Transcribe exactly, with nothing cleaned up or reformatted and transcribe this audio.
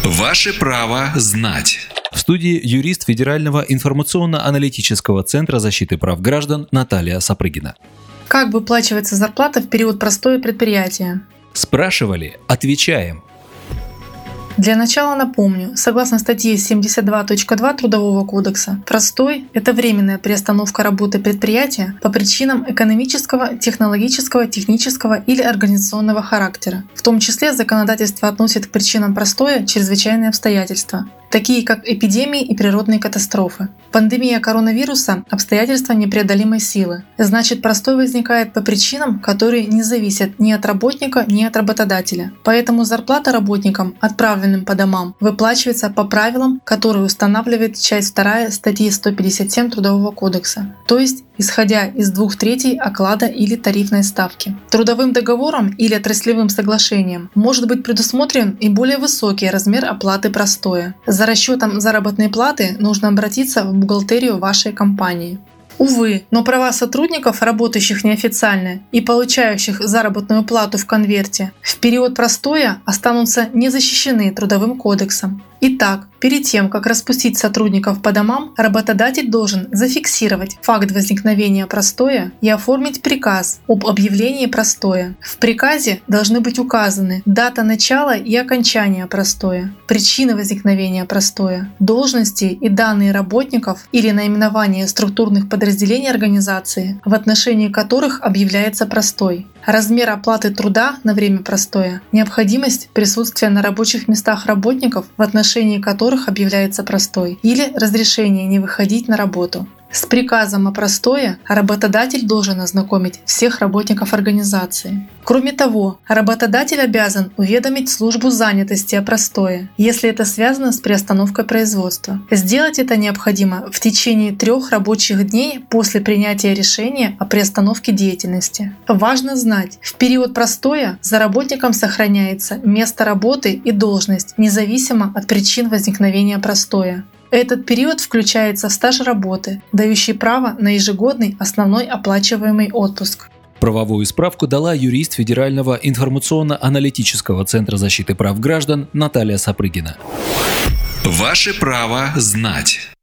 Ваше право знать. В студии юрист Федерального информационно-аналитического центра защиты прав граждан Наталья Сапрыгина. Как выплачивается зарплата в период простоя предприятия? Спрашивали, отвечаем. Для начала напомню, согласно статье семьдесят два точка два Трудового кодекса, простой – это временная приостановка работы предприятия по причинам экономического, технологического, технического или организационного характера. В том числе законодательство относит к причинам простоя чрезвычайные обстоятельства, такие как эпидемии и природные катастрофы. Пандемия коронавируса – обстоятельства непреодолимой силы. Значит, простой возникает по причинам, которые не зависят ни от работника, ни от работодателя. Поэтому зарплата работникам, отправленным по домам, выплачивается по правилам, которые устанавливает часть вторая статьи сто пятьдесят семь Трудового кодекса, то есть исходя из двух третей оклада или тарифной ставки. Трудовым договором или отраслевым соглашением может быть предусмотрен и более высокий размер оплаты простоя. За расчетом заработной платы нужно обратиться в бухгалтерию вашей компании. Увы, но права сотрудников, работающих неофициально и получающих заработную плату в конверте, в период простоя останутся не защищены Трудовым кодексом. Итак, перед тем, как распустить сотрудников по домам, работодатель должен зафиксировать факт возникновения простоя и оформить приказ об объявлении простоя. В приказе должны быть указаны дата начала и окончания простоя, причины возникновения простоя, должности и данные работников или наименование структурных подразделений организации, в отношении которых объявляется простой, размер оплаты труда на время простоя, необходимость присутствия на рабочих местах работников, в отношении которых объявляется простой, или разрешение не выходить на работу. С приказом о простое работодатель должен ознакомить всех работников организации. Кроме того, работодатель обязан уведомить службу занятости о простое, если это связано с приостановкой производства. Сделать это необходимо в течение трех рабочих дней после принятия решения о приостановке деятельности. Важно знать, в период простоя за работником сохраняется место работы и должность, независимо от причин возникновения простоя. Этот период включается в стаж работы, дающий право на ежегодный основной оплачиваемый отпуск. Правовую справку дала юрист Федерального информационно-аналитического центра защиты прав граждан Наталья Сапрыгина. Ваше право знать.